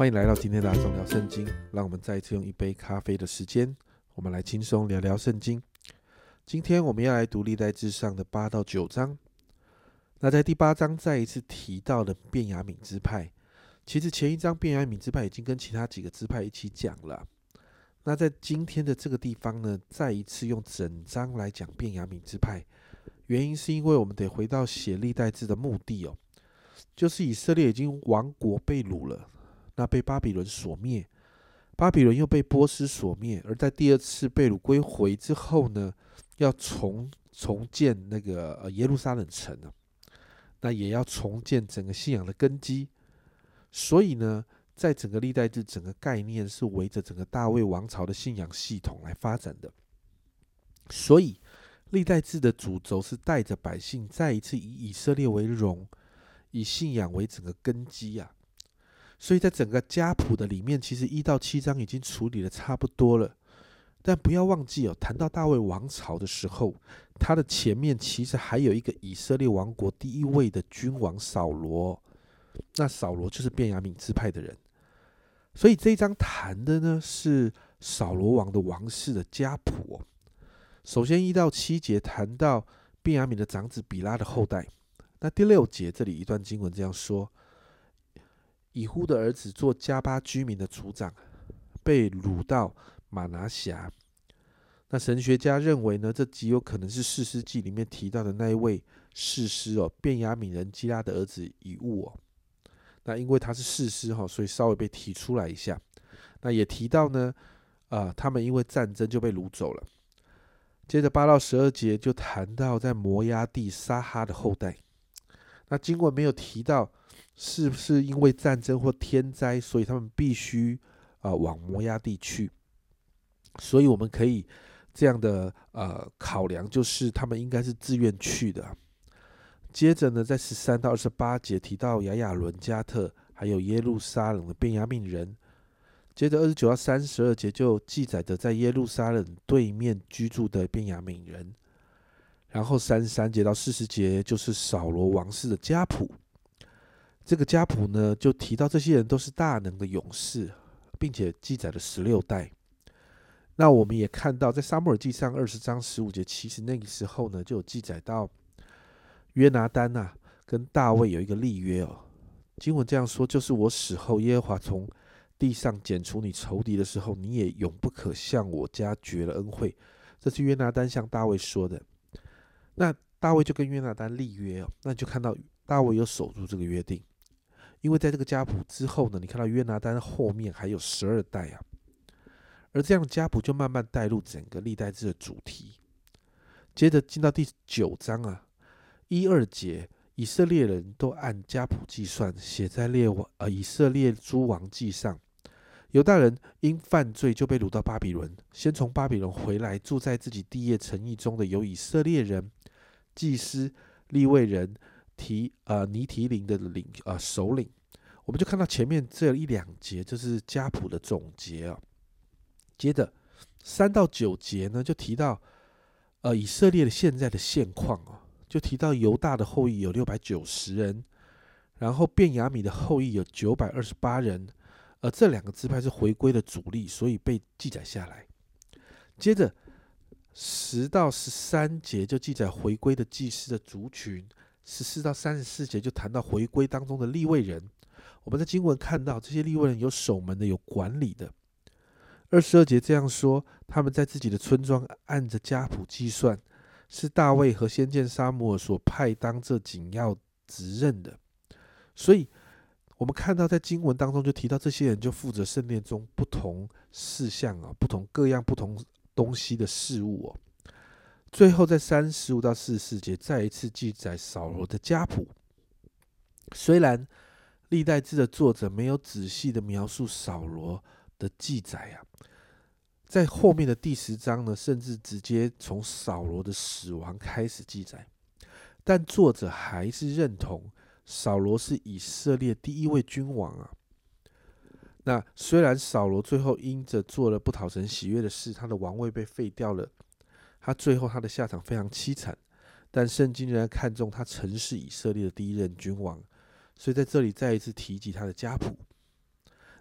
欢迎来到今天的阿忠聊圣经，让我们再一次用一杯咖啡的时间，我们来轻松聊聊圣经。今天我们要来读历代志上的8到9章。那在第8章再一次提到了便雅悯支派，其实前一章便雅悯支派已经跟其他几个支派一起讲了。那在今天的这个地方呢，再一次用整章来讲便雅悯支派，原因是因为我们得回到写历代志的目的就是以色列已经亡国被掳了。那被巴比伦所灭，巴比伦又被波斯所灭，而在第二次被掳归回之后呢，要重建那个耶路撒冷城那也要重建整个信仰的根基。所以呢，在整个历代志整个概念是围着整个大卫王朝的信仰系统来发展的。所以历代志的主轴是带着百姓再一次以以色列为荣，以信仰为整个根基所以在整个家谱的里面，其实1到7章已经处理的差不多了。但不要忘记谈到大卫王朝的时候，他的前面其实还有一个以色列王国第一位的君王扫罗。那扫罗就是便雅悯支派的人，所以这一章谈的呢是扫罗王的王室的家谱首先1到7节谈到便雅悯的长子比拉的后代。那第6节这里一段经文这样说：以呼的儿子做加巴居民的族长，被掳到马拿辖。那神学家认为呢，这极有可能是士师记里面提到的那一位士师便雅悯人基拉的儿子以物那因为他是士师所以稍微被提出来一下。那也提到呢，他们因为战争就被掳走了。接着8到12节就谈到在摩押地撒哈的后代。那经文没有提到是不是因为战争或天灾，所以他们必须往摩押地去。所以我们可以这样的考量，就是他们应该是自愿去的。接着呢，在13到28节提到亚雅伦、加特还有耶路撒冷的便雅悯人。接着29到32节就记载着在耶路撒冷对面居住的便雅悯人。然后33节到40节就是扫罗王室的家谱。这个家谱呢，就提到这些人都是大能的勇士，并且记载了16代。那我们也看到，在撒母耳记上20章15节，其实那个时候呢，就有记载到约拿单跟大卫有一个立约经文这样说：就是我死后，耶和华从地上剪除你仇敌的时候，你也永不可向我家绝了恩惠。这是约拿单向大卫说的。那大卫就跟约拿单立约那你就看到大卫有守住这个约定。因为在这个家谱之后呢，你看到约拿单后面还有12代而这样的家谱就慢慢带入整个历代志的主题。接着进到第9章1、2节，以色列人都按家谱计算，写在以色列诸王记上。犹大人因犯罪就被掳到巴比伦，先从巴比伦回来，住在自己地业城邑中的有以色列人、祭司、利未人、尼提林的首领。我们就看到前面这1、2节就是家谱的总结接着3到9节呢，就提到以色列的现在的现况就提到犹大的后裔有690人，然后便雅悯的后裔有928人，而这2个支派是回归的主力，所以被记载下来。接着10到13节就记载回归的祭司的族群，14到34节就谈到回归当中的利未人。我们在经文看到这些利未人有守门的，有管理的。22节这样说：他们在自己的村庄按着家谱计算，是大卫和先见撒母耳所派当这紧要职任的。所以我们看到在经文当中就提到这些人就负责圣殿中不同事项不同各样不同东西的事物最后在35到44节再一次记载扫罗的家谱。虽然历代志的作者没有仔细的描述扫罗的记载在后面的第10章呢，甚至直接从扫罗的死亡开始记载，但作者还是认同扫罗是以色列第一位君王那虽然扫罗最后因着做了不讨神喜悦的事，他的王位被废掉了，最后他的下场非常凄惨，但圣经仍然看重他曾是以色列的第一任君王，所以在这里再一次提及他的家谱。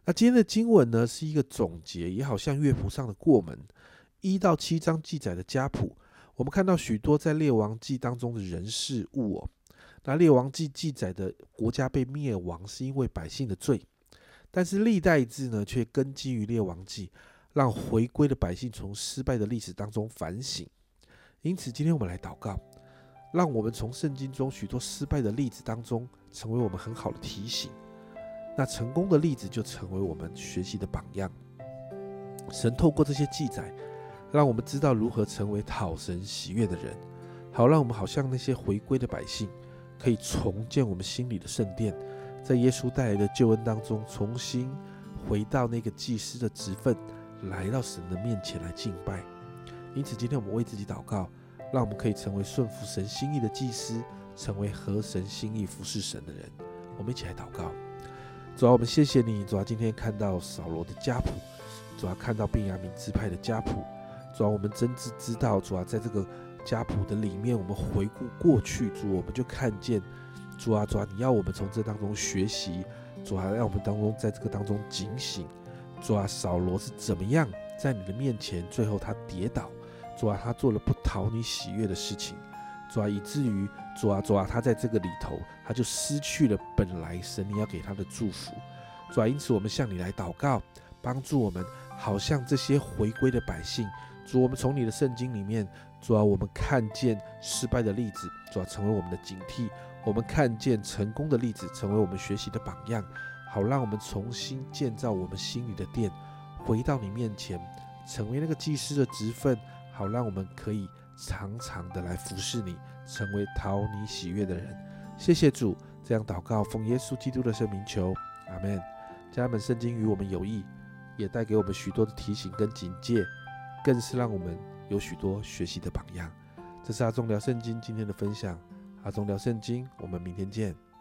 那今天的经文呢，是一个总结，也好像乐谱上的过门。1到7章记载的家谱，我们看到许多在列王记当中的人事物哦。那列王记记载的国家被灭亡，是因为百姓的罪，但是历代志呢，却根基于列王记，让回归的百姓从失败的历史当中反省。因此，今天我们来祷告，让我们从圣经中许多失败的例子当中，成为我们很好的提醒。那成功的例子就成为我们学习的榜样。神透过这些记载，让我们知道如何成为讨神喜悦的人，好让我们好像那些回归的百姓，可以重建我们心里的圣殿，在耶稣带来的救恩当中，重新回到那个祭司的职分，来到神的面前来敬拜。因此，今天我们为自己祷告，让我们可以成为顺服神心意的祭司，成为合神心意服侍神的人。我们一起来祷告。主啊，我们谢谢你，主啊，今天看到扫罗的家谱，主啊，看到便雅悯支派的家谱，主啊，我们真知知道，主啊，在这个家谱的里面，我们回顾过去，主，我们就看见，主啊，你要我们从这当中学习，主啊，让我们在这个当中警醒，主啊，扫罗是怎么样在你的面前，最后他跌倒，主啊，他做了不讨你喜悦的事情，主啊，以至于主啊，他在这个里头，他就失去了本来神你要给他的祝福。主啊，因此我们向你来祷告，帮助我们，好像这些回归的百姓。主，我们从你的圣经里面，主啊，我们看见失败的例子，主啊，成为我们的警惕；我们看见成功的例子，成为我们学习的榜样，好让我们重新建造我们心里的殿，回到你面前，成为那个祭司的职分，好让我们可以常常的来服侍你，成为讨你喜悦的人。谢谢主，这样祷告，奉耶稣基督的圣名求，阿们。家人们，圣经与我们有益，也带给我们许多的提醒跟警戒，更是让我们有许多学习的榜样。这是阿忠聊圣经今天的分享，阿忠聊圣经，我们明天见。